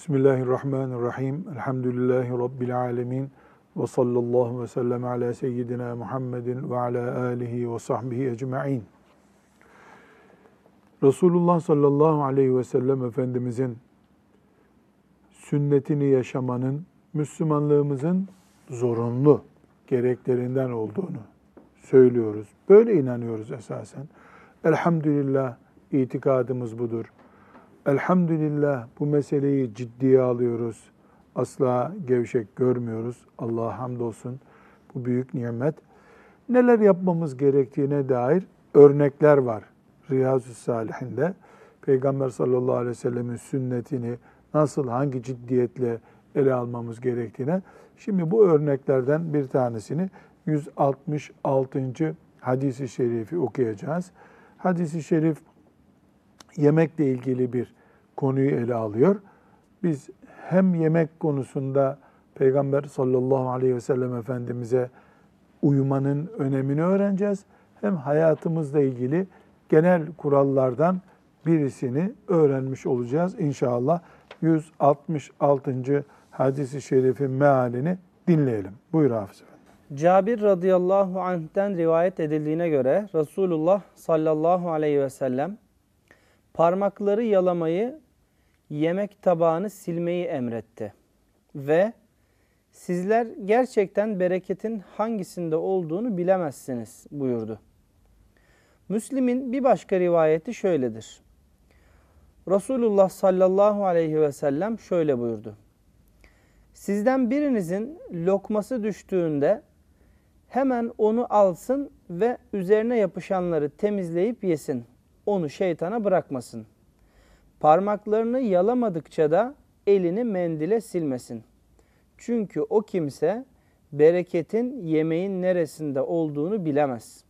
Bismillahirrahmanirrahim. Elhamdülillahi Rabbil alemin. Ve sallallahu ve sellem ala seyyidina Muhammedin ve ala alihi ve sahbihi ecma'in. Resulullah sallallahu aleyhi ve sellem Efendimizin sünnetini yaşamanın Müslümanlığımızın zorunlu gereklerinden olduğunu söylüyoruz. Böyle inanıyoruz esasen. Elhamdülillah itikadımız budur. Elhamdülillah bu meseleyi ciddiye alıyoruz. Asla gevşek görmüyoruz. Allah'a hamdolsun bu büyük nimet. Neler yapmamız gerektiğine dair örnekler var Riyazu Salihinde. Peygamber sallallahu aleyhi ve sellemin sünnetini nasıl, hangi ciddiyetle ele almamız gerektiğine. Şimdi bu örneklerden bir tanesini 166. hadis-i şerifi okuyacağız. Hadis-i şerif yemekle ilgili bir konuyu ele alıyor. Biz hem yemek konusunda Peygamber sallallahu aleyhi ve sellem Efendimiz'e uymanın önemini öğreneceğiz. Hem hayatımızla ilgili genel kurallardan birisini öğrenmiş olacağız. İnşallah 166. hadis-i şerifin mealini dinleyelim. Buyur Hafız Efendi. Cabir radıyallahu anh'ten rivayet edildiğine göre Resulullah sallallahu aleyhi ve sellem parmakları yalamayı, yemek tabağını silmeyi emretti. Ve sizler gerçekten bereketin hangisinde olduğunu bilemezsiniz buyurdu. Müslim'in bir başka rivayeti şöyledir. Resulullah sallallahu aleyhi ve sellem şöyle buyurdu. Sizden birinizin lokması düştüğünde hemen onu alsın ve üzerine yapışanları temizleyip yesin. Onu şeytana bırakmasın. Parmaklarını yalamadıkça da elini mendile silmesin. Çünkü o kimse bereketin yemeğin neresinde olduğunu bilemez.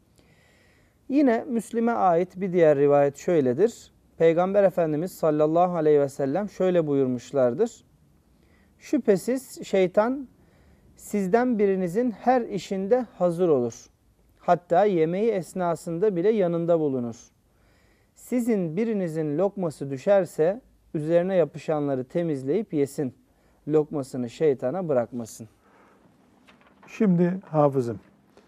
Yine Müslim'e ait bir diğer rivayet şöyledir. Peygamber Efendimiz sallallahu aleyhi ve sellem şöyle buyurmuşlardır. Şüphesiz şeytan sizden birinizin her işinde hazır olur. Hatta yemeği esnasında bile yanında bulunur. Sizin birinizin lokması düşerse üzerine yapışanları temizleyip yesin. Lokmasını şeytana bırakmasın. Şimdi hafızım,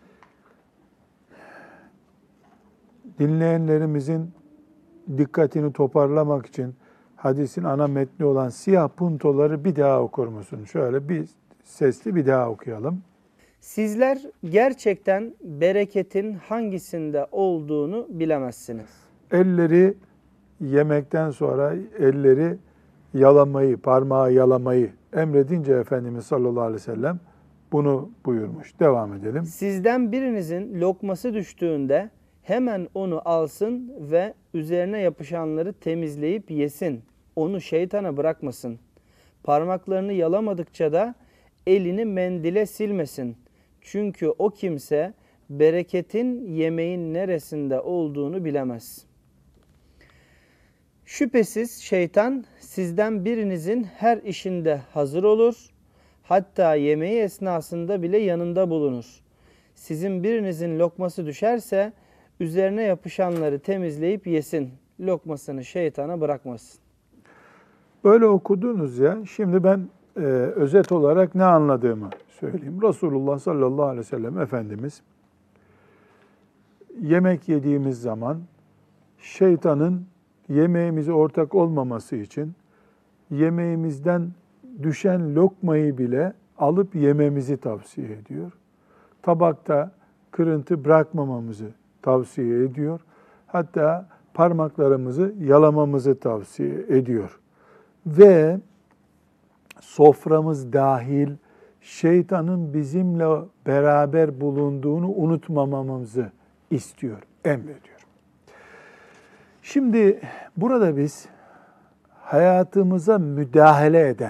dinleyenlerimizin dikkatini toparlamak için hadisin ana metni olan siyah puntoları bir daha okur musun? Şöyle bir sesli bir daha okuyalım. Sizler gerçekten bereketin hangisinde olduğunu bilemezsiniz. Elleri yemekten sonra elleri yalamayı, parmağı yalamayı emredince Efendimiz sallallahu aleyhi ve sellem bunu buyurmuş. Devam edelim. Sizden birinizin lokması düştüğünde hemen onu alsın ve üzerine yapışanları temizleyip yesin. Onu şeytana bırakmasın. Parmaklarını yalamadıkça da elini mendile silmesin. Çünkü o kimse bereketin yemeğin neresinde olduğunu bilemez. Şüphesiz şeytan sizden birinizin her işinde hazır olur. Hatta yemeği esnasında bile yanında bulunur. Sizin birinizin lokması düşerse üzerine yapışanları temizleyip yesin. Lokmasını şeytana bırakmasın. Böyle okudunuz ya. Şimdi ben özet olarak ne anladığımı söyleyeyim. Resulullah sallallahu aleyhi ve sellem Efendimiz yemek yediğimiz zaman şeytanın yemeğimize ortak olmaması için yemeğimizden düşen lokmayı bile alıp yememizi tavsiye ediyor. Tabakta kırıntı bırakmamamızı tavsiye ediyor. Hatta parmaklarımızı yalamamızı tavsiye ediyor. Ve soframız dahil şeytanın bizimle beraber bulunduğunu unutmamamızı istiyor, emrediyor. Şimdi burada biz hayatımıza müdahale eden,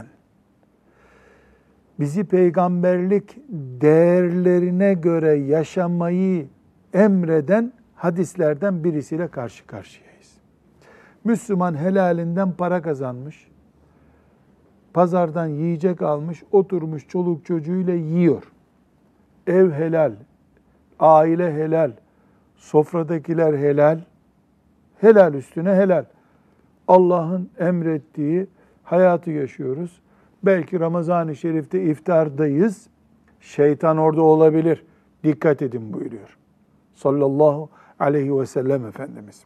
bizi peygamberlik değerlerine göre yaşamayı emreden hadislerden birisiyle karşı karşıyayız. Müslüman helalinden para kazanmış, pazardan yiyecek almış, oturmuş çoluk çocuğuyla yiyor. Ev helal, aile helal, sofradakiler helal, helal üstüne helal. Allah'ın emrettiği hayatı yaşıyoruz. Belki Ramazan-ı Şerif'te iftardayız. Şeytan orada olabilir. Dikkat edin buyuruyor. Sallallahu aleyhi ve sellem Efendimiz.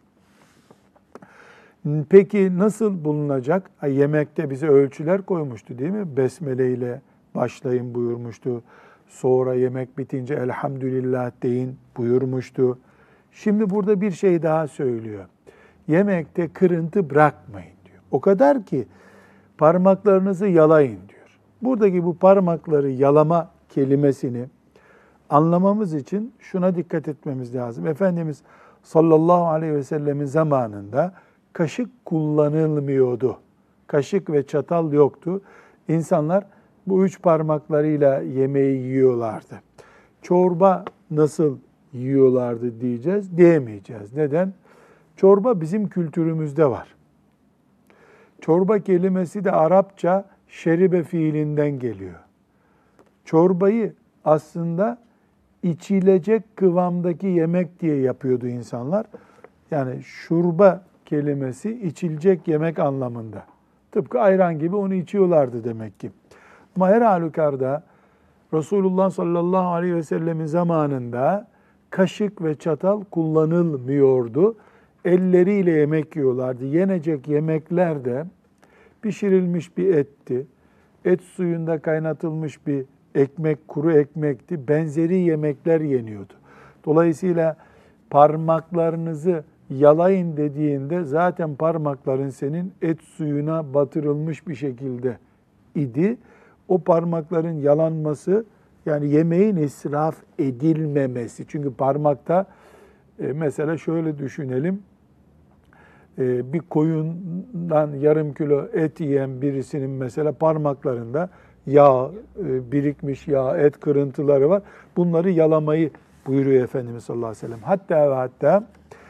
Peki nasıl bulunacak? Yemekte bize ölçüler koymuştu değil mi? Besmele ile başlayın buyurmuştu. Sonra yemek bitince elhamdülillah deyin buyurmuştu. Şimdi burada bir şey daha söylüyor. Yemekte kırıntı bırakmayın diyor. O kadar ki parmaklarınızı yalayın diyor. Buradaki bu parmakları yalama kelimesini anlamamız için şuna dikkat etmemiz lazım. Efendimiz sallallahu aleyhi ve sellemin zamanında kaşık kullanılmıyordu. Kaşık ve çatal yoktu. İnsanlar bu üç parmaklarıyla yemeği yiyorlardı. Çorba nasıl yiyorlardı diyeceğiz, diyemeyeceğiz. Neden? Çorba bizim kültürümüzde var. Çorba kelimesi de Arapça şeribe fiilinden geliyor. Çorbayı aslında içilecek kıvamdaki yemek diye yapıyordu insanlar. Yani şurba kelimesi içilecek yemek anlamında. Tıpkı ayran gibi onu içiyorlardı demek ki. Ama her halükarda Resulullah sallallahu aleyhi ve sellemin zamanında kaşık ve çatal kullanılmıyordu. Elleriyle yemek yiyorlardı. Yenecek yemekler de pişirilmiş bir etti. Et suyunda kaynatılmış bir ekmek, kuru ekmekti. Benzeri yemekler yeniyordu. Dolayısıyla parmaklarınızı yalayın dediğinde zaten parmakların senin et suyuna batırılmış bir şekilde idi. O parmakların yalanması yani yemeğin israf edilmemesi. Çünkü parmakta mesela şöyle düşünelim. Bir koyundan yarım kilo et yiyen birisinin mesela parmaklarında yağ, birikmiş yağ, et kırıntıları var. Bunları yalamayı buyuruyor Efendimiz sallallahu aleyhi ve sellem. Hatta ve hatta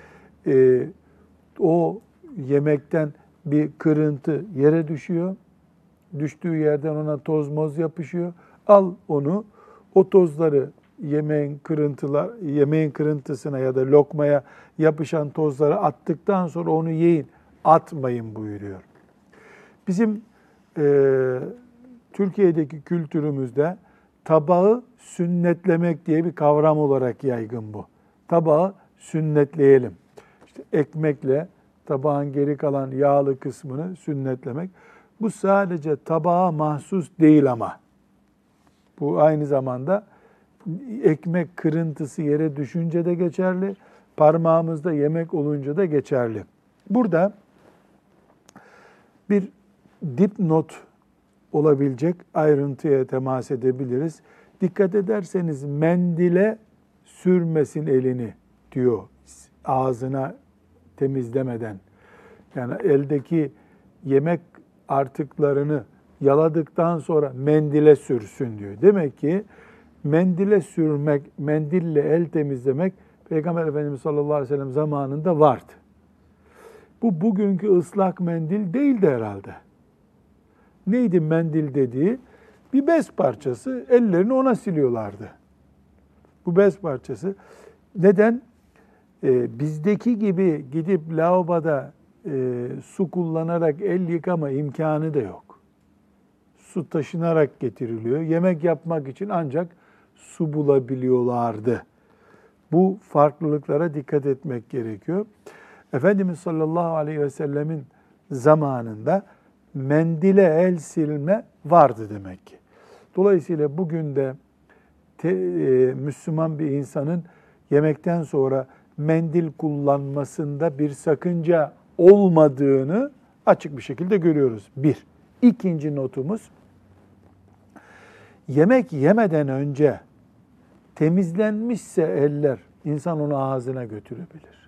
o yemekten bir kırıntı yere düşüyor. Düştüğü yerden ona toz moz yapışıyor. Al onu, o tozları yemeğin kırıntısına ya da lokmaya yapışan tozları attıktan sonra onu yiyin, atmayın buyuruyor. Bizim Türkiye'deki kültürümüzde tabağı sünnetlemek diye bir kavram olarak yaygın bu. Tabağı sünnetleyelim. İşte ekmekle tabağın geri kalan yağlı kısmını sünnetlemek. Bu sadece tabağa mahsus değil ama. Bu aynı zamanda ekmek kırıntısı yere düşünce de geçerli, parmağımızda yemek olunca da geçerli. Burada bir dipnot olabilecek ayrıntıya temas edebiliriz. Dikkat ederseniz mendile sürmesin elini diyor ağzına temizlemeden. Yani eldeki yemek artıklarını yaladıktan sonra mendile sürsün diyor. Demek ki mendile sürmek, mendille el temizlemek Peygamber Efendimiz sallallahu aleyhi ve sellem zamanında vardı. Bu bugünkü ıslak mendil değildi herhalde. Neydi mendil dediği? Bir bez parçası, ellerini ona siliyorlardı. Bu bez parçası. Neden? Bizdeki gibi gidip lavaboda su kullanarak el yıkama imkanı da yok. Su taşınarak getiriliyor. Yemek yapmak için ancak su bulabiliyorlardı. Bu farklılıklara dikkat etmek gerekiyor. Efendimiz sallallahu aleyhi ve sellemin zamanında mendile el silme vardı demek ki. Dolayısıyla bugün de Müslüman bir insanın yemekten sonra mendil kullanmasında bir sakınca olmadığını açık bir şekilde görüyoruz. Bir. İkinci notumuz, yemek yemeden önce temizlenmişse eller, insan onu ağzına götürebilir.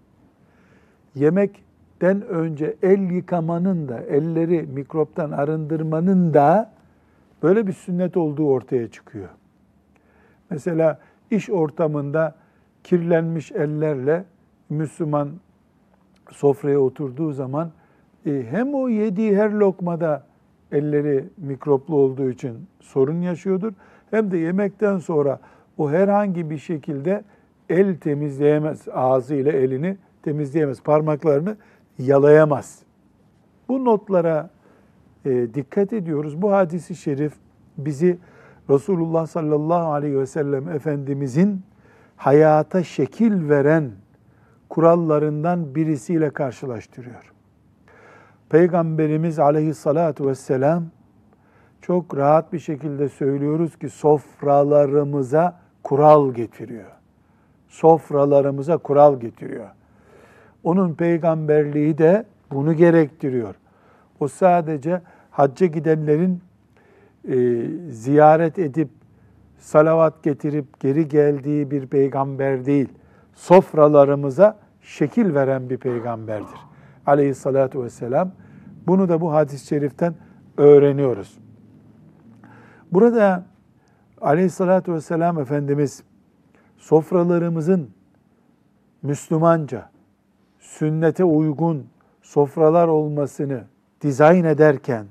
Yemekten önce el yıkamanın da, elleri mikroptan arındırmanın da böyle bir sünnet olduğu ortaya çıkıyor. Mesela iş ortamında kirlenmiş ellerle Müslüman sofraya oturduğu zaman hem o yediği her lokmada elleri mikroplu olduğu için sorun yaşıyordur, hem de yemekten sonra o herhangi bir şekilde el temizleyemez, ağzıyla elini temizleyemez, parmaklarını yalayamaz. Bu notlara dikkat ediyoruz. Bu hadis-i şerif bizi Resulullah sallallahu aleyhi ve sellem Efendimizin hayata şekil veren kurallarından birisiyle karşılaştırıyor. Peygamberimiz aleyhissalatu vesselam çok rahat bir şekilde söylüyoruz ki sofralarımıza kural getiriyor. Sofralarımıza kural getiriyor. Onun peygamberliği de bunu gerektiriyor. O sadece hacca gidenlerin ziyaret edip salavat getirip geri geldiği bir peygamber değil. Sofralarımıza şekil veren bir peygamberdir. Aleyhissalatu vesselam. Bunu da bu hadis-i şeriften öğreniyoruz. Burada Aleyhissalatu vesselam Efendimiz sofralarımızın Müslümanca, sünnete uygun sofralar olmasını dizayn ederken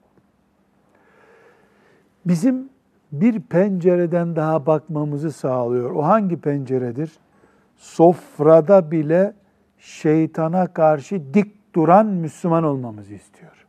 bizim bir pencereden daha bakmamızı sağlıyor. O hangi penceredir? Sofrada bile şeytana karşı dik duran Müslüman olmamızı istiyor.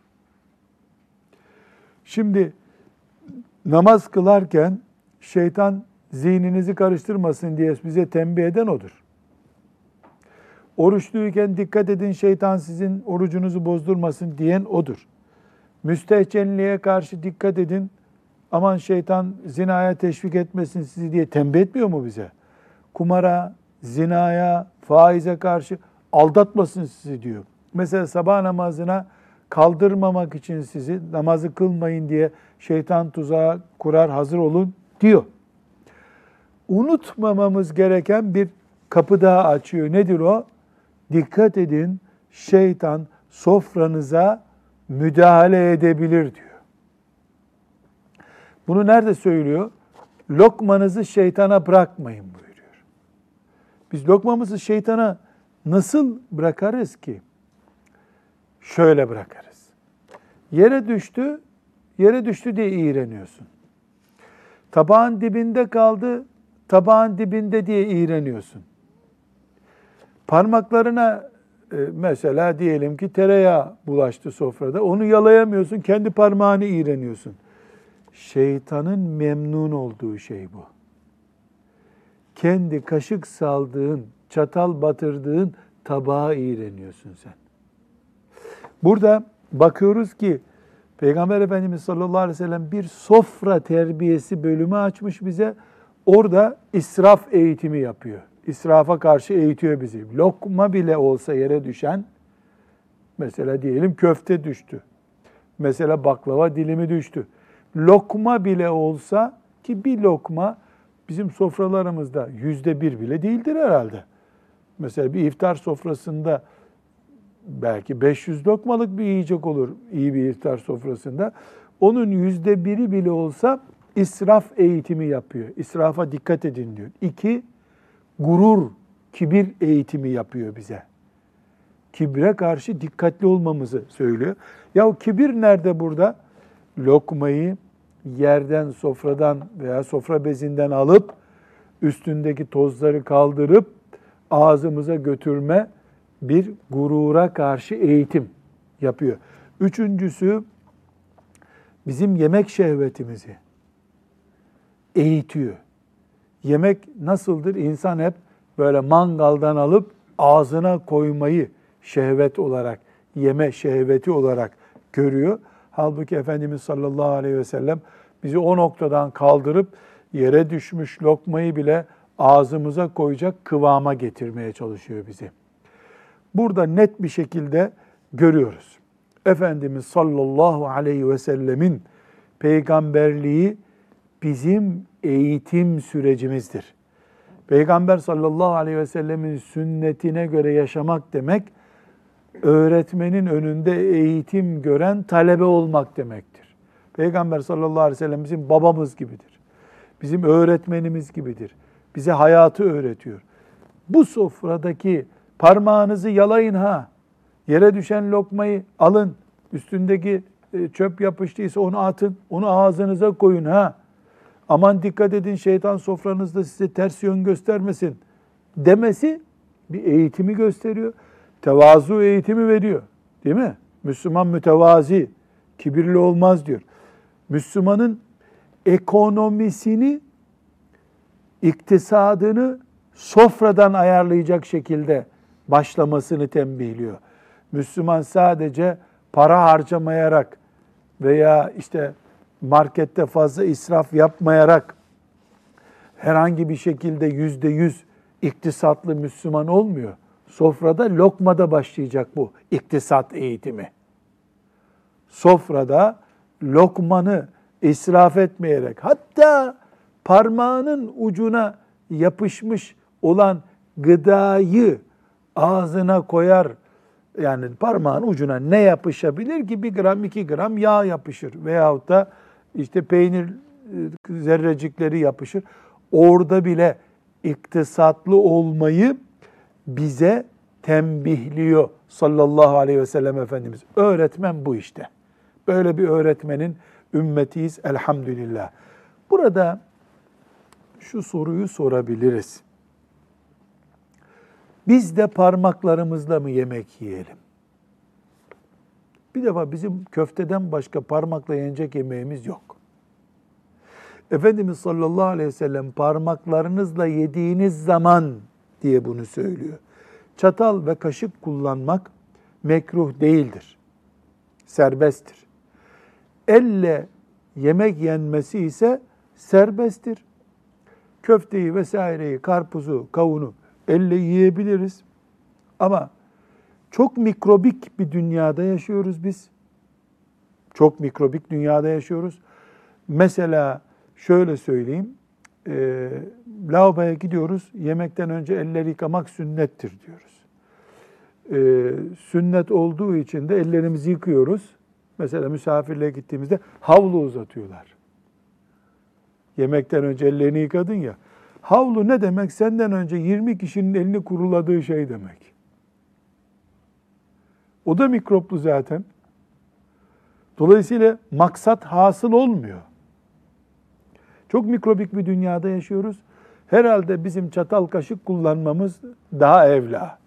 Şimdi namaz kılarken şeytan zihninizi karıştırmasın diye bize tembih eden odur. Oruçluyken dikkat edin şeytan sizin orucunuzu bozdurmasın diyen odur. Müstehcenliğe karşı dikkat edin, aman şeytan zinaya teşvik etmesin sizi diye tembih etmiyor mu bize? Kumara, zinaya, faize karşı aldatmasın sizi diyor. Mesela sabah namazına kaldırmamak için sizi namazı kılmayın diye şeytan tuzağı kurar, hazır olun diyor. Unutmamamız gereken bir kapı daha açıyor. Nedir o? Dikkat edin, şeytan sofranıza müdahale edebilir diyor. Bunu nerede söylüyor? Lokmanızı şeytana bırakmayın buyuruyor. Biz lokmamızı şeytana nasıl bırakarız ki? Şöyle bırakarız. Yere düştü diye iğreniyorsun. Tabağın dibinde kaldı, tabağın dibinde diye iğreniyorsun. Parmaklarına mesela diyelim ki tereyağı bulaştı sofrada, onu yalayamıyorsun, kendi parmağını iğreniyorsun. Şeytanın memnun olduğu şey bu. Kendi kaşık saldığın, çatal batırdığın tabağa iğreniyorsun sen. Burada bakıyoruz ki Peygamber Efendimiz sallallahu aleyhi ve sellem bir sofra terbiyesi bölümü açmış bize. Orada israf eğitimi yapıyor. İsrafa karşı eğitiyor bizi. Lokma bile olsa yere düşen, mesela diyelim köfte düştü. Mesela baklava dilimi düştü. Lokma bile olsa, ki bir lokma bizim sofralarımızda 1% bile değildir herhalde. Mesela bir iftar sofrasında belki 500 lokmalık bir yiyecek olur iyi bir iftar sofrasında. Onun 1%1'i bile olsa israf eğitimi yapıyor. İsrafa dikkat edin diyor. 2, gurur, kibir eğitimi yapıyor bize. Kibre karşı dikkatli olmamızı söylüyor. Ya o kibir nerede burada? Lokmayı yerden, sofradan veya sofra bezinden alıp üstündeki tozları kaldırıp ağzımıza götürme bir gurura karşı eğitim yapıyor. Üçüncüsü bizim yemek şehvetimizi eğitiyor. Yemek nasıldır? İnsan hep böyle mangaldan alıp ağzına koymayı şehvet olarak, yeme şehveti olarak görüyor. Halbuki Efendimiz sallallahu aleyhi ve sellem bizi o noktadan kaldırıp yere düşmüş lokmayı bile ağzımıza koyacak kıvama getirmeye çalışıyor bizi. Burada net bir şekilde görüyoruz. Efendimiz sallallahu aleyhi ve sellemin peygamberliği bizim eğitim sürecimizdir. Peygamber sallallahu aleyhi ve sellemin sünnetine göre yaşamak demek, öğretmenin önünde eğitim gören talebe olmak demektir. Peygamber sallallahu aleyhi ve sellem bizim babamız gibidir. Bizim öğretmenimiz gibidir. Bize hayatı öğretiyor. Bu sofradaki parmağınızı yalayın ha. Yere düşen lokmayı alın. Üstündeki çöp yapıştıysa onu atın. Onu ağzınıza koyun ha. Aman dikkat edin şeytan sofranızda size ters yön göstermesin demesi bir eğitimi gösteriyor. Tevazu eğitimi veriyor. Değil mi? Müslüman mütevazi, kibirli olmaz diyor. Müslümanın ekonomisini, iktisadını sofradan ayarlayacak şekilde başlamasını tembihliyor. Müslüman sadece para harcamayarak veya işte markette fazla israf yapmayarak herhangi bir şekilde %100 iktisatlı Müslüman olmuyor. Sofrada, lokmada başlayacak bu iktisat eğitimi. Sofrada lokmanı israf etmeyerek, hatta parmağının ucuna yapışmış olan gıdayı ağzına koyar. Yani parmağın ucuna ne yapışabilir ki? 1 gram, 2 gram yağ yapışır. Veyahut da işte peynir zerrecikleri yapışır. Orada bile iktisatlı olmayı bize tembihliyor sallallahu aleyhi ve sellem Efendimiz. Öğretmen bu işte. Böyle bir öğretmenin ümmetiyiz elhamdülillah. Burada şu soruyu sorabiliriz. Biz de parmaklarımızla mı yemek yiyelim? Bir defa bizim köfteden başka parmakla yenecek yemeğimiz yok. Efendimiz sallallahu aleyhi ve sellem parmaklarınızla yediğiniz zaman diye bunu söylüyor. Çatal ve kaşık kullanmak mekruh değildir. Serbesttir. Elle yemek yenmesi ise serbesttir. Köfteyi vesaireyi, karpuzu, kavunu elle yiyebiliriz. Ama çok mikrobik bir dünyada yaşıyoruz biz. Çok mikrobik dünyada yaşıyoruz. Mesela şöyle söyleyeyim, lavaboya gidiyoruz, yemekten önce elleri yıkamak sünnettir diyoruz. Sünnet olduğu için de ellerimizi yıkıyoruz. Mesela misafirliğe gittiğimizde havlu uzatıyorlar. Yemekten önce ellerini yıkadın ya. Havlu ne demek? Senden önce 20 kişinin elini kuruladığı şey demek. O da mikroplu zaten. Dolayısıyla maksat hasıl olmuyor. Çok mikrobik bir dünyada yaşıyoruz. Herhalde bizim çatal kaşık kullanmamız daha evla.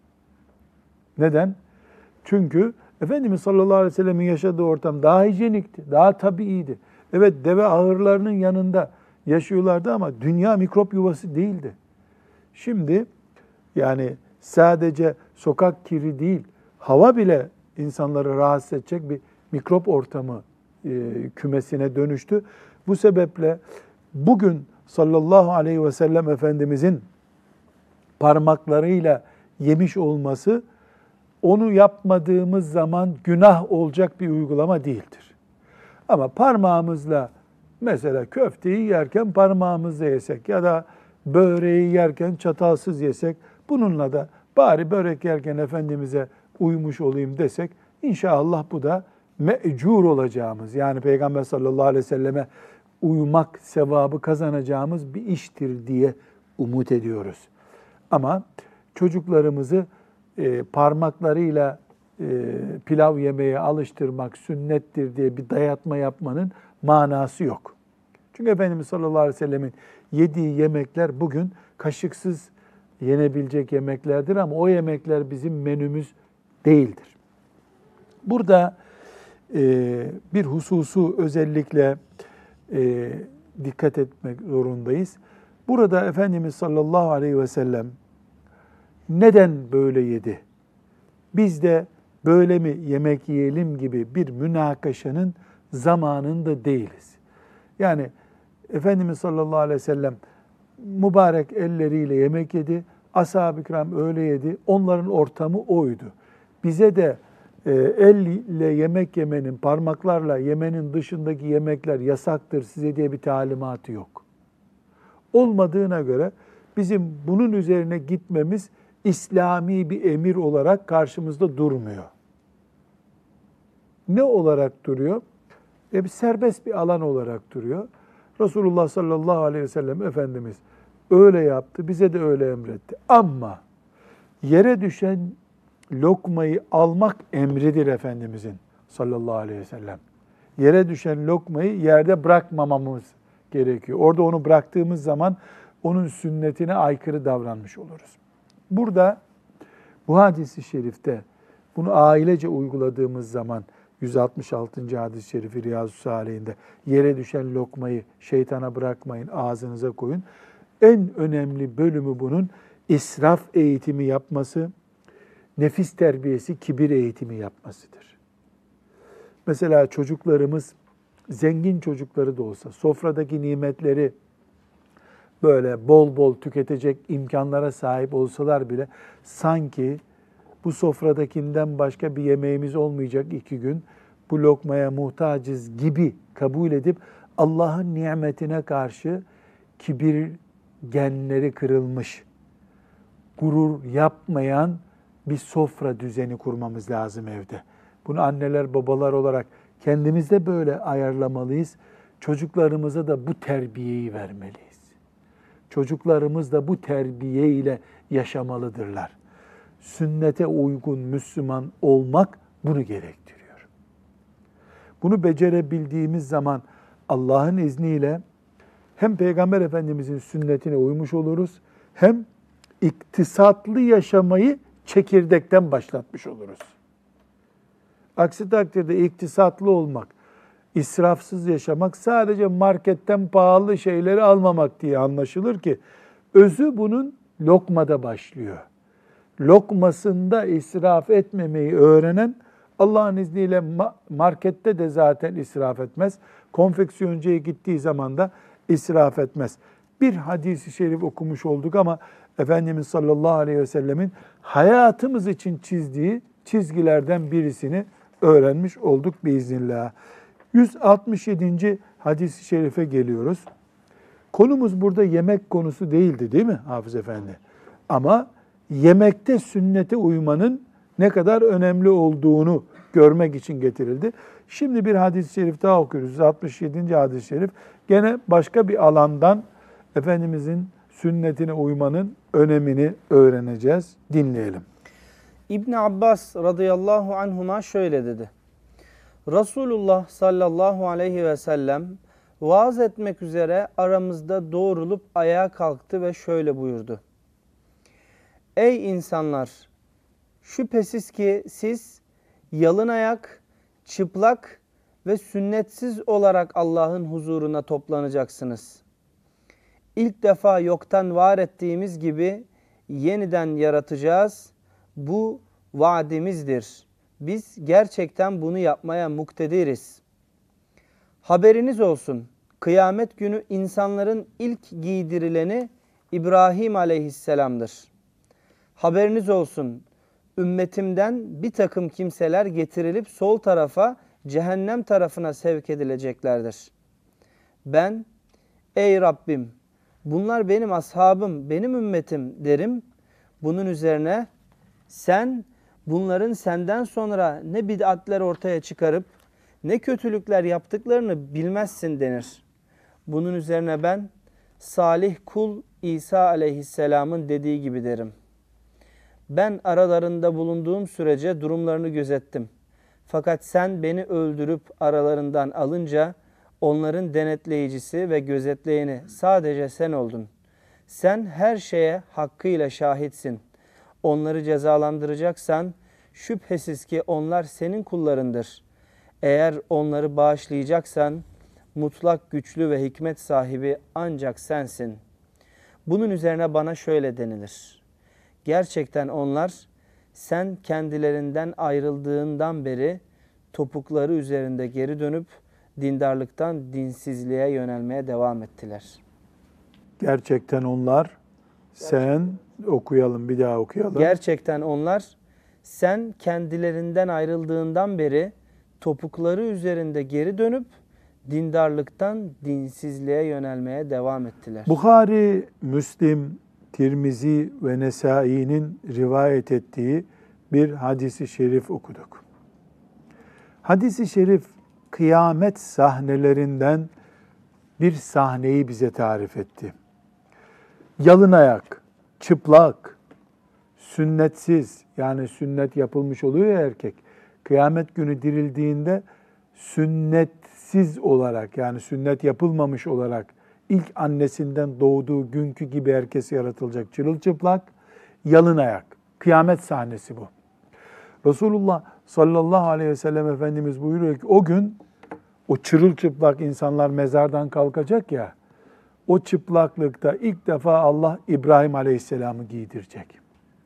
Neden? Çünkü Efendimiz sallallahu aleyhi ve sellemin yaşadığı ortam daha hijyenikti, daha tabiiydi. Evet, deve ahırlarının yanında yaşıyorlardı ama dünya mikrop yuvası değildi. Şimdi yani sadece sokak kiri değil, hava bile insanları rahatsız edecek bir mikrop ortamı kümesine dönüştü. Bu sebeple bugün sallallahu aleyhi ve sellem Efendimizin parmaklarıyla yemiş olması, onu yapmadığımız zaman günah olacak bir uygulama değildir. Ama parmağımızla mesela köfteyi yerken parmağımızla yesek ya da böreği yerken çatalsız yesek, bununla da bari börek yerken Efendimiz'e uymuş olayım desek, inşallah bu da me'cur olacağımız, yani Peygamber sallallahu aleyhi ve selleme uymak sevabı kazanacağımız bir iştir diye umut ediyoruz. Ama çocuklarımızı parmaklarıyla pilav yemeye alıştırmak sünnettir diye bir dayatma yapmanın manası yok. Çünkü Efendimiz sallallahu aleyhi ve sellemin yediği yemekler bugün kaşıksız yenebilecek yemeklerdir ama o yemekler bizim menümüz değildir. Burada bir hususu özellikle dikkat etmek zorundayız. Burada Efendimiz sallallahu aleyhi ve sellem neden böyle yedi? Biz de böyle mi yemek yiyelim gibi bir münakaşanın zamanında değiliz. Yani Efendimiz sallallahu aleyhi ve sellem mübarek elleriyle yemek yedi. Ashab-ı kiram öyle yedi. Onların ortamı oydu. Bize de elle yemek yemenin, parmaklarla yemenin dışındaki yemekler yasaktır size diye bir talimatı yok. Olmadığına göre bizim bunun üzerine gitmemiz İslami bir emir olarak karşımızda durmuyor. Ne olarak duruyor? Bir serbest bir alan olarak duruyor. Resulullah sallallahu aleyhi ve sellem Efendimiz öyle yaptı, bize de öyle emretti. Ama yere düşen lokmayı almak emridir Efendimizin sallallahu aleyhi ve sellem. Yere düşen lokmayı yerde bırakmamamız gerekiyor. Orada onu bıraktığımız zaman onun sünnetine aykırı davranmış oluruz. Burada bu hadis-i şerifte bunu ailece uyguladığımız zaman 166. hadis-i şerifi Riyazu Salih'inde yere düşen lokmayı şeytana bırakmayın, ağzınıza koyun. En önemli bölümü bunun israf eğitimi yapması, nefis terbiyesi, kibir eğitimi yapmasıdır. Mesela çocuklarımız, zengin çocukları da olsa, sofradaki nimetleri böyle bol bol tüketecek imkanlara sahip olsalar bile sanki bu sofradakinden başka bir yemeğimiz olmayacak 2 gün, bu lokmaya muhtacız gibi kabul edip Allah'ın nimetine karşı kibir genleri kırılmış, gurur yapmayan bir sofra düzeni kurmamız lazım evde. Bunu anneler, babalar olarak kendimiz de böyle ayarlamalıyız. Çocuklarımıza da bu terbiyeyi vermeliyiz. Çocuklarımız da bu terbiye ile yaşamalıdırlar. Sünnete uygun Müslüman olmak bunu gerektiriyor. Bunu becerebildiğimiz zaman Allah'ın izniyle hem Peygamber Efendimizin sünnetine uymuş oluruz, hem iktisatlı yaşamayı çekirdekten başlatmış oluruz. Aksi takdirde iktisatlı olmak, israfsız yaşamak sadece marketten pahalı şeyleri almamak diye anlaşılır ki özü bunun lokmada başlıyor. Lokmasında israf etmemeyi öğrenen Allah'ın izniyle markette de zaten israf etmez. Konfeksiyoncuya gittiği zaman da israf etmez. Bir hadis-i şerif okumuş olduk ama Efendimiz sallallahu aleyhi ve sellemin hayatımız için çizdiği çizgilerden birisini öğrenmiş olduk biiznillah. 167. hadis-i şerife geliyoruz. Konumuz burada yemek konusu değildi değil mi Hafız Efendi? Ama yemekte sünnete uymanın ne kadar önemli olduğunu görmek için getirildi. Şimdi bir hadis-i şerif daha okuyoruz. 167. hadis-i şerif. Gene başka bir alandan Efendimizin sünnetine uymanın önemini öğreneceğiz. Dinleyelim. İbn Abbas radıyallahu anhuma şöyle dedi. Resulullah sallallahu aleyhi ve sellem vaaz etmek üzere aramızda doğrulup ayağa kalktı ve şöyle buyurdu. Ey insanlar! Şüphesiz ki siz yalın ayak, çıplak ve sünnetsiz olarak Allah'ın huzuruna toplanacaksınız. İlk defa yoktan var ettiğimiz gibi yeniden yaratacağız. Bu vaadimizdir. Biz gerçekten bunu yapmaya muktediriz. Haberiniz olsun, kıyamet günü insanların ilk giydirileni İbrahim aleyhisselamdır. Haberiniz olsun, ümmetimden bir takım kimseler getirilip sol tarafa, cehennem tarafına sevk edileceklerdir. Ben, ey Rabbim, bunlar benim ashabım, benim ümmetim derim. Bunun üzerine sen bunların senden sonra ne bid'atler ortaya çıkarıp ne kötülükler yaptıklarını bilmezsin denir. Bunun üzerine ben salih kul İsa aleyhisselamın dediği gibi derim. Ben aralarında bulunduğum sürece durumlarını gözettim. Fakat sen beni öldürüp aralarından alınca onların denetleyicisi ve gözetleyeni sadece sen oldun. Sen her şeye hakkıyla şahitsin. Onları cezalandıracaksan şüphesiz ki onlar senin kullarındır. Eğer onları bağışlayacaksan mutlak güçlü ve hikmet sahibi ancak sensin. Bunun üzerine bana şöyle denilir. Gerçekten onlar sen kendilerinden ayrıldığından beri topukları üzerinde geri dönüp dindarlıktan dinsizliğe yönelmeye devam ettiler. Gerçekten onlar sen okuyalım, bir daha okuyalım. Gerçekten onlar sen kendilerinden ayrıldığından beri topukları üzerinde geri dönüp dindarlıktan dinsizliğe yönelmeye devam ettiler. Buhari, Müslim, Tirmizi ve Nesai'nin rivayet ettiği bir hadisi şerif okuduk. Hadisi şerif kıyamet sahnelerinden bir sahneyi bize tarif etti. Yalın ayak, çıplak, sünnetsiz, yani sünnet yapılmış oluyor ya erkek. Kıyamet günü dirildiğinde sünnetsiz olarak, yani sünnet yapılmamış olarak ilk annesinden doğduğu günkü gibi herkes yaratılacak. Çırılçıplak, yalın ayak. Kıyamet sahnesi bu. Resulullah sallallahu aleyhi ve sellem Efendimiz buyuruyor ki o gün o çırılçıplak insanlar mezardan kalkacak ya, o çıplaklıkta ilk defa Allah İbrahim aleyhisselamı giydirecek.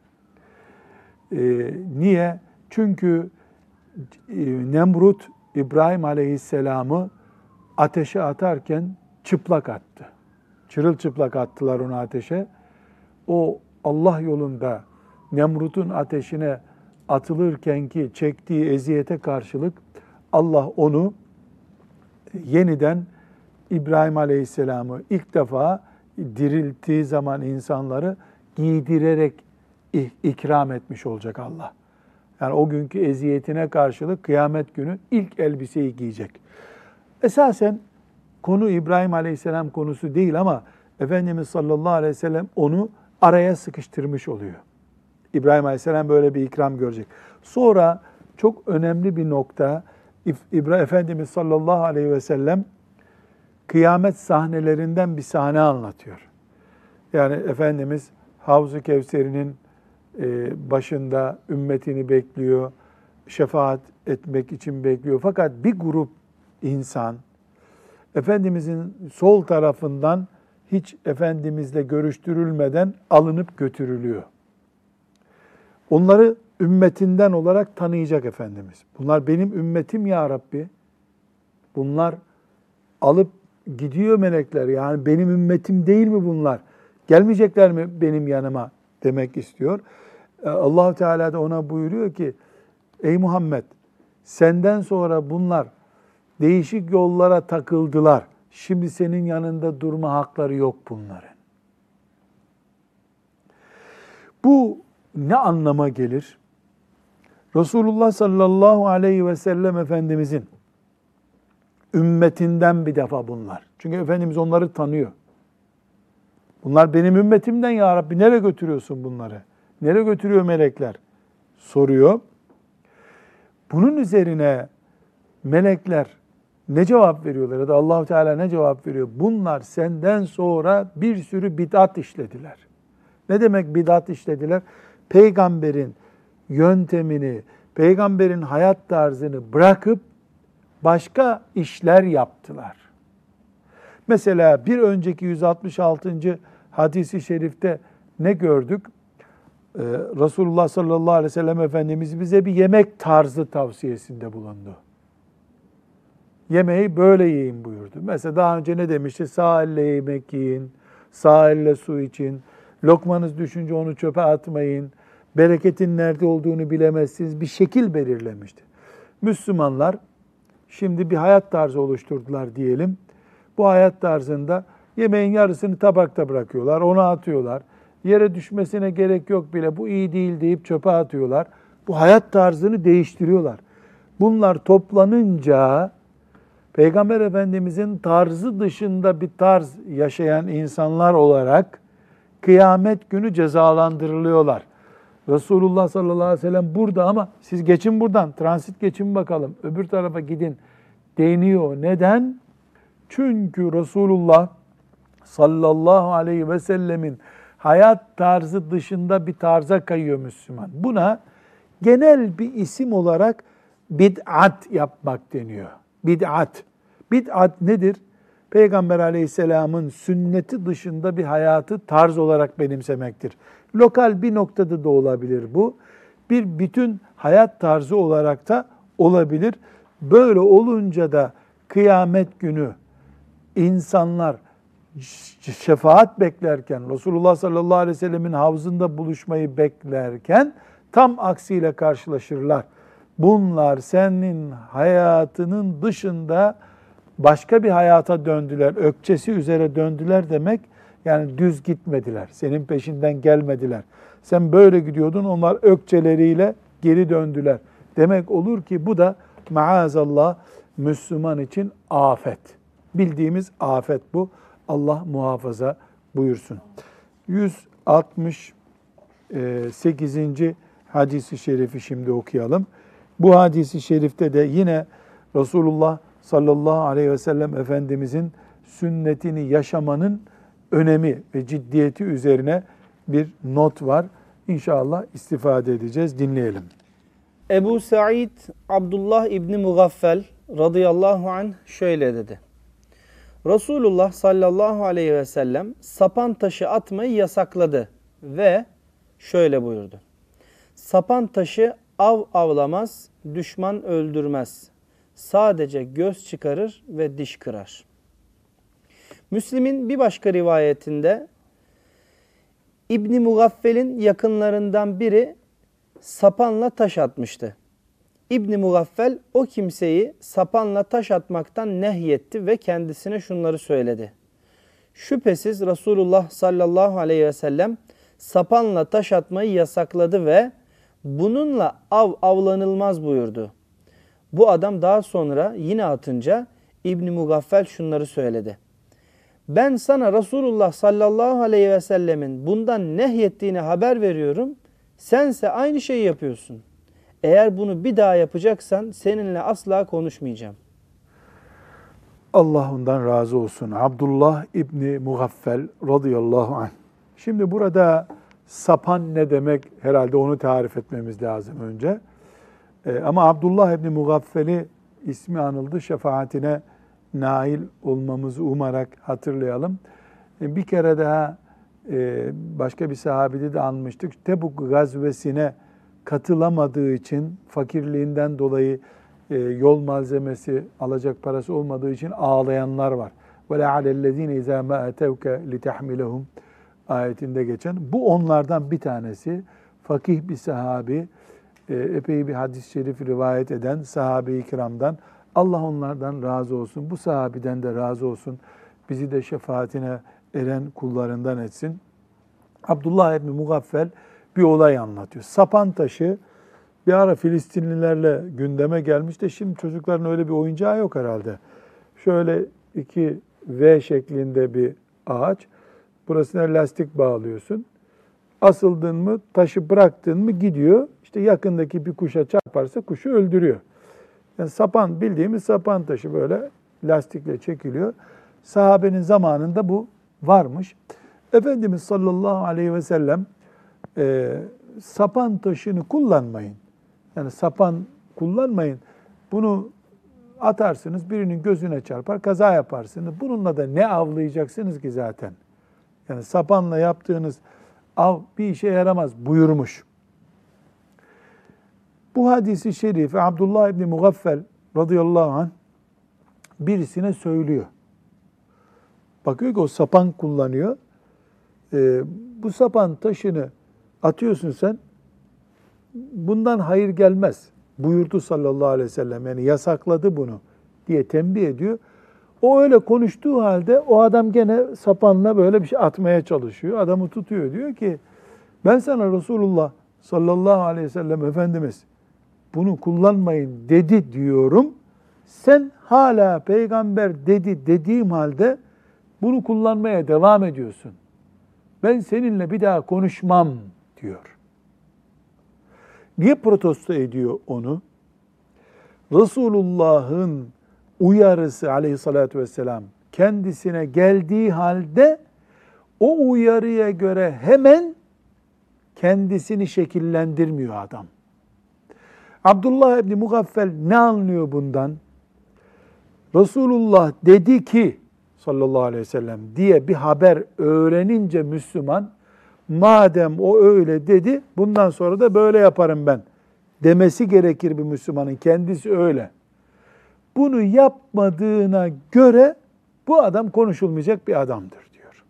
Niye? Çünkü Nemrut İbrahim aleyhisselamı ateşe atarken çıplak attı. Çırılçıplak attılar onu ateşe. O Allah yolunda Nemrut'un ateşine atılırken ki çektiği eziyete karşılık Allah onu yeniden İbrahim Aleyhisselam'ı ilk defa dirilttiği zaman insanları giydirerek ikram etmiş olacak Allah. Yani o günkü eziyetine karşılık kıyamet günü ilk elbiseyi giyecek. Esasen konu İbrahim Aleyhisselam konusu değil ama Efendimiz sallallahu aleyhi ve sellem onu araya sıkıştırmış oluyor. İbrahim Aleyhisselam böyle bir ikram görecek. Sonra çok önemli bir nokta, Efendimiz sallallahu aleyhi ve sellem kıyamet sahnelerinden bir sahne anlatıyor. Yani Efendimiz Havz-ı Kevser'inin başında ümmetini bekliyor, şefaat etmek için bekliyor. Fakat bir grup insan Efendimizin sol tarafından hiç Efendimizle görüştürülmeden alınıp götürülüyor. Onları ümmetinden olarak tanıyacak Efendimiz. Bunlar benim ümmetim ya Rabbi. Bunlar alıp gidiyor melekler. Yani benim ümmetim değil mi bunlar? Gelmeyecekler mi benim yanıma demek istiyor. Allah Teala da ona buyuruyor ki ey Muhammed senden sonra bunlar değişik yollara takıldılar. Şimdi senin yanında durma hakları yok bunların. Bu ne anlama gelir? Resulullah sallallahu aleyhi ve sellem Efendimizin ümmetinden bir defa bunlar. Çünkü Efendimiz onları tanıyor. Bunlar benim ümmetimden ya Rabbi, nereye götürüyorsun bunları? Nereye götürüyor melekler? Soruyor. Bunun üzerine melekler ne cevap veriyorlar ya da Allah-u Teala ne cevap veriyor? Bunlar senden sonra bir sürü bid'at işlediler. Ne demek bid'at işlediler? Peygamberin yöntemini, peygamberin hayat tarzını bırakıp başka işler yaptılar. Mesela bir önceki 166. hadisi şerifte ne gördük? Resulullah sallallahu aleyhi ve sellem Efendimiz bize bir yemek tarzı tavsiyesinde bulundu. Yemeği böyle yiyin buyurdu. Mesela daha önce ne demişti? Sağ elle yemek yiyin, sağ elle su için, lokmanız düşünce onu çöpe atmayın, bereketin nerede olduğunu bilemezsiniz. Bir şekil belirlemişti. Müslümanlar şimdi bir hayat tarzı oluşturdular diyelim. Bu hayat tarzında yemeğin yarısını tabakta bırakıyorlar, onu atıyorlar. Yere düşmesine gerek yok bile, bu iyi değil deyip çöpe atıyorlar. Bu hayat tarzını değiştiriyorlar. Bunlar toplanınca Peygamber Efendimizin tarzı dışında bir tarz yaşayan insanlar olarak kıyamet günü cezalandırılıyorlar. Resulullah sallallahu aleyhi ve sellem burada ama siz geçin buradan, transit geçin bakalım, öbür tarafa gidin deniyor. Neden? Çünkü Resulullah sallallahu aleyhi ve sellemin hayat tarzı dışında bir tarza kayıyor Müslüman. Buna genel bir isim olarak bid'at yapmak deniyor. Bid'at. Bid'at nedir? Peygamber aleyhisselamın sünneti dışında bir hayatı tarz olarak benimsemektir. Lokal bir noktada da olabilir bu. Bir bütün hayat tarzı olarak da olabilir. Böyle olunca da kıyamet günü insanlar şefaat beklerken, Resulullah sallallahu aleyhi ve sellemin havzında buluşmayı beklerken tam aksiyle karşılaşırlar. Bunlar senin hayatının dışında başka bir hayata döndüler, ökçesi üzere döndüler demek. Yani düz gitmediler, senin peşinden gelmediler. Sen böyle gidiyordun, onlar ökçeleriyle geri döndüler. Demek olur ki bu da maazallah Müslüman için afet. Bildiğimiz afet bu. Allah muhafaza buyursun. 168. hadisi şerifi şimdi okuyalım. Bu hadisi şerifte de yine Resulullah sallallahu aleyhi ve sellem Efendimizin sünnetini yaşamanın önemi ve ciddiyeti üzerine bir not var. İnşallah istifade edeceğiz. Dinleyelim. Ebu Said Abdullah İbni Mugaffel radıyallahu anh şöyle dedi. Resulullah sallallahu aleyhi ve sellem sapan taşı atmayı yasakladı ve şöyle buyurdu. Sapan taşı av avlamaz, düşman öldürmez. Sadece göz çıkarır ve diş kırar. Müslim'in bir başka rivayetinde İbni Mugaffel'in yakınlarından biri sapanla taş atmıştı. İbni Mugaffel o kimseyi sapanla taş atmaktan nehyetti ve kendisine şunları söyledi. Şüphesiz Resulullah sallallahu aleyhi ve sellem sapanla taş atmayı yasakladı ve bununla av avlanılmaz buyurdu. Bu adam daha sonra yine atınca İbni Mugaffel şunları söyledi. Ben sana Resulullah sallallahu aleyhi ve sellemin bundan nehyettiğini haber veriyorum. Sense aynı şeyi yapıyorsun. Eğer bunu bir daha yapacaksan seninle asla konuşmayacağım. Allah ondan razı olsun. Abdullah İbni Mugaffel radıyallahu anh. Şimdi burada sapan ne demek? Herhalde onu tarif etmemiz lazım önce. Ama Abdullah İbni Mugaffel'i ismi anıldı. Şefaatine nail olmamızı umarak hatırlayalım. Bir kere daha başka bir sahabede de anmıştık. Tebuk gazvesine katılamadığı için fakirliğinden dolayı yol malzemesi alacak parası olmadığı için ağlayanlar var. وَلَا عَلَى الَّذ۪ينَ اِذَا مَا اَتَوْكَ لِتَحْمِلَهُمْ ayetinde geçen. Bu onlardan bir tanesi. Fakih bir sahabi, epey bir hadis-i şerif rivayet eden sahabe-i kiramdan. Allah onlardan razı olsun. Bu sahabiden de razı olsun. Bizi de şefaatine eren kullarından etsin. Abdullah İbni Mugaffel bir olay anlatıyor. Sapan taşı bir ara Filistinlilerle gündeme gelmiş de şimdi çocukların öyle bir oyuncağı yok herhalde. Şöyle iki V şeklinde bir ağaç. Burasına lastik bağlıyorsun. Asıldın mı, taşı bıraktın mı gidiyor. İşte yakındaki bir kuşa çarparsa kuşu öldürüyor. Yani sapan, bildiğimiz sapan taşı böyle lastikle çekiliyor. Sahabenin zamanında bu varmış. Efendimiz sallallahu aleyhi ve sellem sapan taşını kullanmayın. Yani sapan kullanmayın. Bunu atarsınız, birinin gözüne çarpar, kaza yaparsınız. Bununla da ne avlayacaksınız ki zaten? Yani sapanla yaptığınız av bir işe yaramaz buyurmuş. Bu hadisi şerifi Abdullah İbni Mugaffel radıyallahu anh birisine söylüyor. Bakıyor ki o sapan kullanıyor. Bu sapan taşını atıyorsun sen, bundan hayır gelmez buyurdu sallallahu aleyhi ve sellem. Yani yasakladı bunu diye tembih ediyor. O öyle konuştuğu halde o adam gene sapanla böyle bir şey atmaya çalışıyor. Adamı tutuyor, diyor ki ben sana Resulullah sallallahu aleyhi ve sellem Efendimiz bunu kullanmayın dedi diyorum. Sen hala peygamber dedi dediğim halde bunu kullanmaya devam ediyorsun. Ben seninle bir daha konuşmam diyor. Niye protesto ediyor onu? Resulullah'ın uyarısı aleyhissalatü vesselam kendisine geldiği halde o uyarıya göre hemen kendisini şekillendirmiyor adam. Abdullah İbni Mugaffel ne anlıyor bundan? Resulullah dedi ki sallallahu aleyhi ve sellem diye bir haber öğrenince Müslüman, madem o öyle dedi, bundan sonra da böyle yaparım ben demesi gerekir bir Müslümanın. Kendisi öyle. Bunu yapmadığına göre bu adam konuşulmayacak bir adamdır diyor.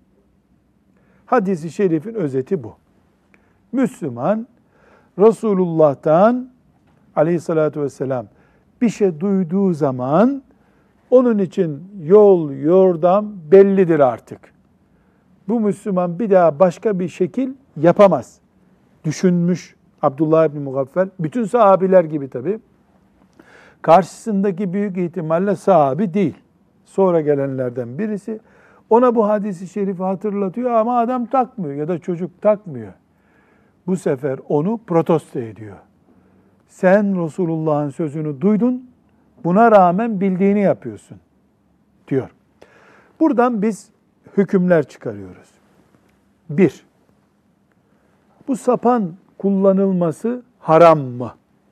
Hadis-i şerifin özeti bu. Müslüman, Resulullah'tan aleyhissalatü vesselam bir şey duyduğu zaman onun için yol, yordam bellidir artık. Bu Müslüman bir daha başka bir şekil yapamaz. Düşünmüş Abdullah İbni Mugaffel, bütün sahabiler gibi tabii. Karşısındaki büyük ihtimalle sahabi değil. Sonra gelenlerden birisi. Ona bu hadisi şerifi hatırlatıyor ama adam takmıyor ya da çocuk takmıyor. Bu sefer onu protesto ediyor. Sen Resulullah'ın sözünü duydun, buna rağmen bildiğini yapıyorsun diyor. Buradan biz hükümler çıkarıyoruz. 1. Bu sapan kullanılması haram mı?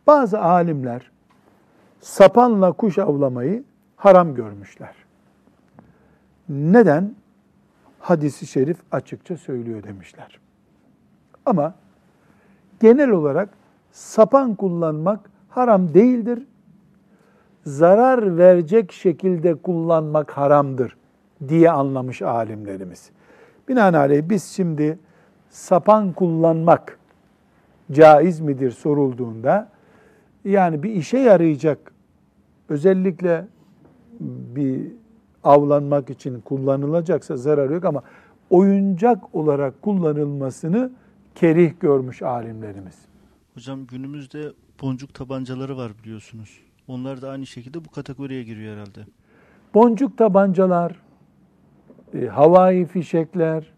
Bazı alimler sapanla kuş avlamayı haram görmüşler. Neden? Hadis-i şerif açıkça söylüyor demişler. Ama genel olarak sapan kullanmak haram değildir. Zarar verecek şekilde kullanmak haramdır diye anlamış alimlerimiz. Binaenaleyh biz şimdi sapan kullanmak caiz midir sorulduğunda, yani bir işe yarayacak, özellikle bir avlanmak için kullanılacaksa zararı yok, ama oyuncak olarak kullanılmasını kerih görmüş alimlerimiz. Hocam günümüzde boncuk tabancaları var biliyorsunuz. Onlar da aynı şekilde bu kategoriye giriyor herhalde. Boncuk tabancalar, havai fişekler,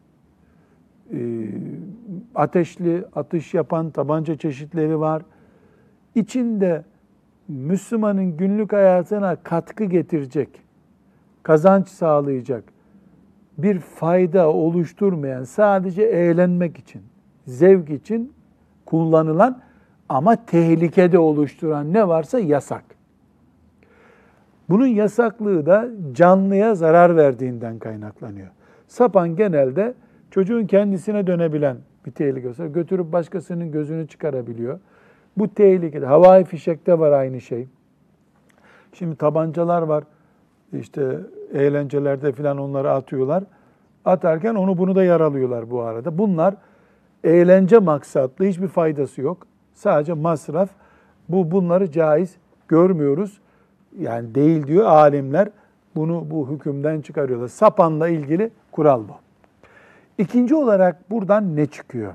ateşli atış yapan tabanca çeşitleri var. İçinde Müslümanın günlük hayatına katkı getirecek, kazanç sağlayacak bir fayda oluşturmayan, sadece eğlenmek için, zevk için kullanılan ama tehlike de oluşturan ne varsa yasak. Bunun yasaklığı da canlıya zarar verdiğinden kaynaklanıyor. Sapan genelde çocuğun kendisine dönebilen bir tehlike. Götürüp başkasının gözünü çıkarabiliyor. Bu tehlikeli. Havai fişekte var aynı şey. Şimdi tabancalar var. İşte eğlencelerde falan onları atıyorlar. Atarken onu bunu da yaralıyorlar bu arada. Bunlar eğlence maksatlı, hiçbir faydası yok. Sadece masraf. Bunları caiz görmüyoruz. Yani değil diyor alimler. Bunu bu hükümden çıkarıyorlar. Sapanla ilgili kural bu. İkinci olarak buradan ne çıkıyor?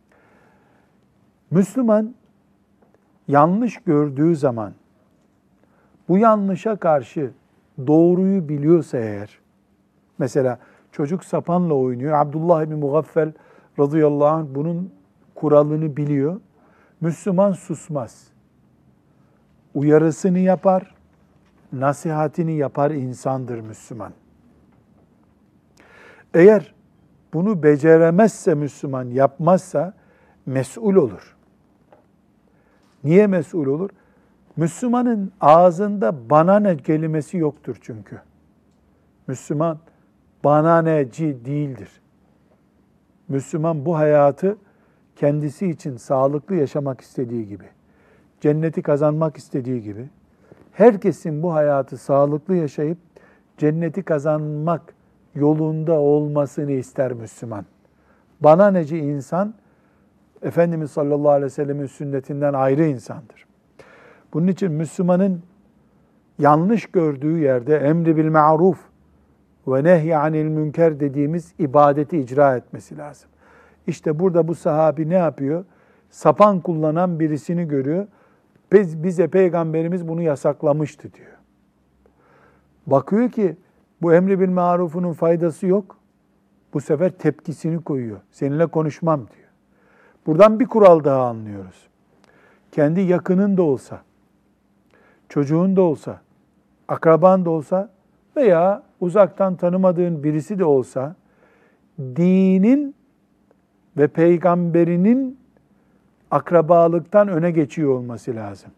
Müslüman yanlış gördüğü zaman bu yanlışa karşı doğruyu biliyorsa eğer, mesela çocuk sapanla oynuyor, Abdullah ibn Mughaffel radıyallahu anh bunun kuralını biliyor. Müslüman susmaz. Uyarısını yapar, nasihatini yapar insandır Müslüman. Eğer bunu beceremezse Müslüman, yapmazsa mesul olur. Niye mesul olur? Müslümanın ağzında bana ne kelimesi yoktur çünkü. Müslüman bana neci değildir. Müslüman bu hayatı kendisi için sağlıklı yaşamak istediği gibi, cenneti kazanmak istediği gibi, herkesin bu hayatı sağlıklı yaşayıp cenneti kazanmak yolunda olmasını ister Müslüman. Bana neci insan, Efendimiz sallallahu aleyhi ve sellemin sünnetinden ayrı insandır. Bunun için Müslümanın yanlış gördüğü yerde emri bil ma'ruf ve nehy anil münker dediğimiz ibadeti icra etmesi lazım. İşte burada bu sahabi ne yapıyor? Sapan kullanan birisini görüyor. Bize Peygamberimiz bunu yasaklamıştı diyor. Bakıyor ki bu emri bil marufunun faydası yok. Bu sefer tepkisini koyuyor. Seninle konuşmam diyor. Buradan bir kural daha anlıyoruz. Kendi yakının da olsa, çocuğun da olsa, akraban da olsa veya uzaktan tanımadığın birisi de olsa, dinin ve peygamberinin akrabalıktan öne geçiyor olması lazım.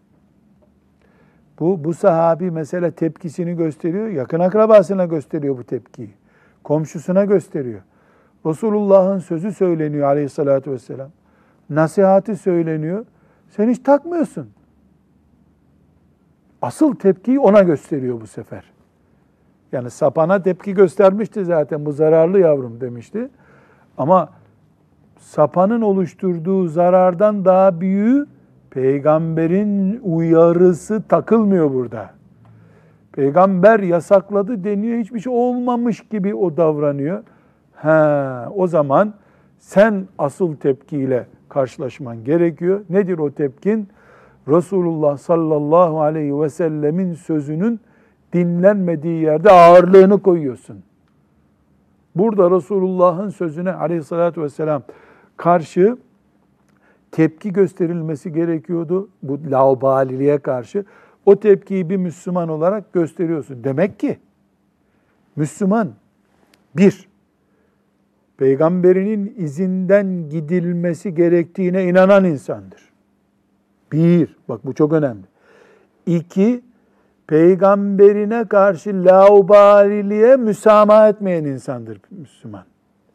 Bu sahabi mesela tepkisini gösteriyor, yakın akrabasına gösteriyor bu tepkiyi. Komşusuna gösteriyor. Resulullah'ın sözü söyleniyor aleyhissalatü vesselam. Nasihati söyleniyor. Sen hiç takmıyorsun. Asıl tepkiyi ona gösteriyor bu sefer. Yani sapana tepki göstermişti zaten, bu zararlı yavrum demişti. Ama sapanın oluşturduğu zarardan daha büyüğü peygamberin uyarısı takılmıyor burada. Peygamber yasakladı deniyor, hiçbir şey olmamış gibi o davranıyor. O zaman sen asıl tepkiyle karşılaşman gerekiyor. Nedir o tepkin? Resulullah sallallahu aleyhi ve sellemin sözünün dinlenmediği yerde ağırlığını koyuyorsun. Burada Resulullah'ın sözüne aleyhissalatü vesselam karşı tepki gösterilmesi gerekiyordu. Bu laubaliliğe karşı. O tepkiyi bir Müslüman olarak gösteriyorsun. Demek ki Müslüman Peygamberinin izinden gidilmesi gerektiğine inanan insandır. Bir, bak bu çok önemli. İki, peygamberine karşı laubaliliğe müsamaha etmeyen insandır Müslüman.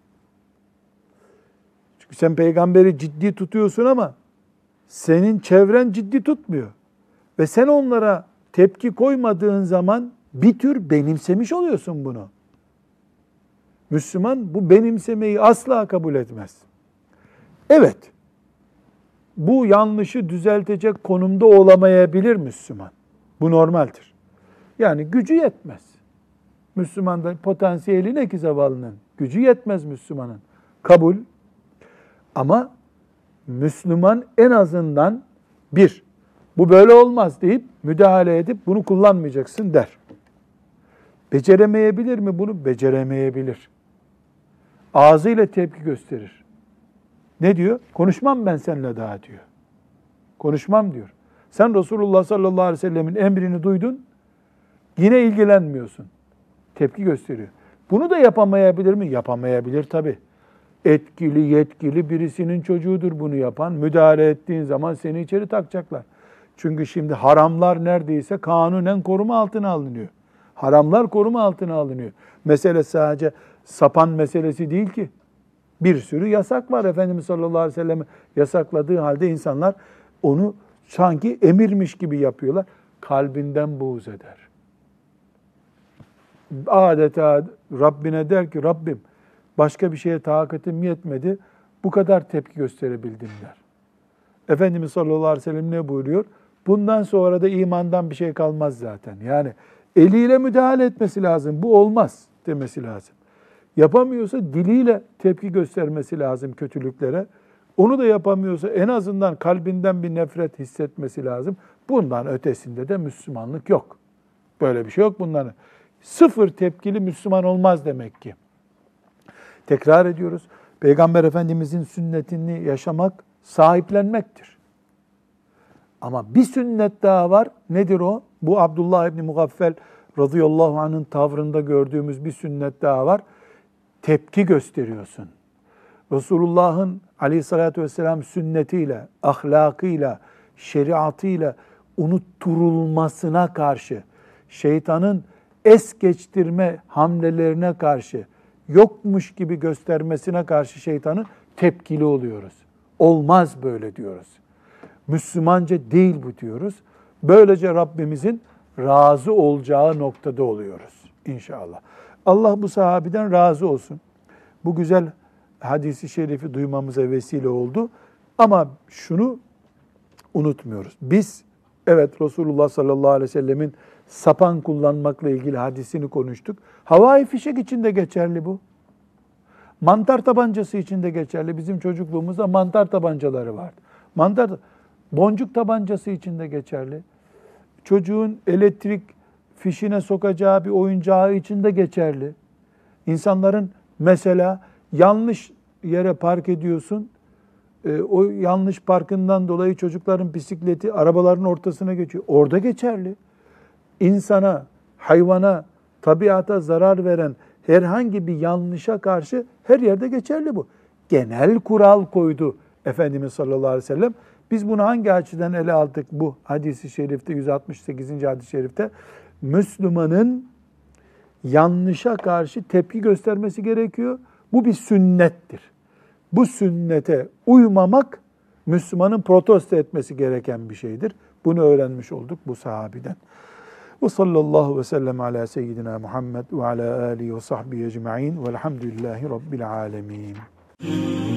Çünkü sen peygamberi ciddi tutuyorsun ama senin çevren ciddi tutmuyor. Ve sen onlara tepki koymadığın zaman bir tür benimsemiş oluyorsun bunu. Müslüman bu benimsemeyi asla kabul etmez. Evet, bu yanlışı düzeltecek konumda olamayabilir Müslüman. Bu normaldir. Yani gücü yetmez. Müslümanın potansiyeli ne ki zavallının? Gücü yetmez Müslümanın. Kabul. Ama Müslüman en azından bir, bu böyle olmaz deyip müdahale edip bunu kullanmayacaksın der. Beceremeyebilir mi bunu? Beceremeyebilir. Ağzıyla tepki gösterir. Ne diyor? Konuşmam ben seninle daha diyor. Konuşmam diyor. Sen Resulullah sallallahu aleyhi ve sellemin emrini duydun, yine ilgilenmiyorsun. Tepki gösteriyor. Bunu da yapamayabilir mi? Yapamayabilir tabii. Etkili, yetkili birisinin çocuğudur bunu yapan. Müdahale ettiğin zaman seni içeri takacaklar. Çünkü şimdi haramlar neredeyse kanunen koruma altına alınıyor. Haramlar koruma altına alınıyor. Mesele sadece sapan meselesi değil ki. Bir sürü yasak var Efendimiz sallallahu aleyhi ve sellem yasakladığı halde insanlar onu sanki emirmiş gibi yapıyorlar. Kalbinden buğz eder. Adeta Rabbine der ki Rabbim başka bir şeye takatim yetmedi. Bu kadar tepki gösterebildim der. Efendimiz sallallahu aleyhi ve sellem ne buyuruyor? Bundan sonra da imandan bir şey kalmaz zaten. Yani eliyle müdahale etmesi lazım. Bu olmaz demesi lazım. Yapamıyorsa diliyle tepki göstermesi lazım kötülüklere. Onu da yapamıyorsa en azından kalbinden bir nefret hissetmesi lazım. Bundan ötesinde de Müslümanlık yok. Böyle bir şey yok bunların. Sıfır tepkili Müslüman olmaz demek ki. Tekrar ediyoruz. Peygamber Efendimizin sünnetini yaşamak sahiplenmektir. Ama bir sünnet daha var. Nedir o? Bu Abdullah İbni Mugaffel radıyallahu anh'ın tavrında gördüğümüz bir sünnet daha var. Tepki gösteriyorsun. Resulullah'ın aleyhissalatü vesselam sünnetiyle, ahlakıyla, şeriatıyla unutturulmasına karşı, şeytanın es geçtirme hamlelerine karşı, yokmuş gibi göstermesine karşı şeytanın tepkili oluyoruz. Olmaz böyle diyoruz. Müslümanca değil bu diyoruz. Böylece Rabbimizin razı olacağı noktada oluyoruz inşallah. Allah bu sahabeden razı olsun. Bu güzel hadisi şerifi duymamıza vesile oldu. Ama şunu unutmuyoruz. Biz evet Resulullah sallallahu aleyhi ve sellemin sapan kullanmakla ilgili hadisini konuştuk. Havai fişek için de geçerli bu. Mantar tabancası için de geçerli. Bizim çocukluğumuzda mantar tabancaları vardı. Boncuk tabancası için de geçerli. Çocuğun elektrik fişine sokacağı bir oyuncağı için de geçerli. İnsanların mesela yanlış yere park ediyorsun. O yanlış parkından dolayı çocukların bisikleti arabaların ortasına geçiyor. Orada geçerli. İnsana, hayvana, tabiata zarar veren herhangi bir yanlışa karşı her yerde geçerli bu. Genel kural koydu Efendimiz sallallahu aleyhi ve sellem. Biz bunu hangi açıdan ele aldık bu hadis-i şerifte, 168. hadis-i şerifte? Müslümanın yanlışa karşı tepki göstermesi gerekiyor. Bu bir sünnettir. Bu sünnete uymamak Müslümanın protesto etmesi gereken bir şeydir. Bunu öğrenmiş olduk bu sahabiden. Ve sallallahu ve sellem ala seyyidina Muhammed ve ala alihi ve sahbihi ecma'in velhamdülillahi rabbil alemin.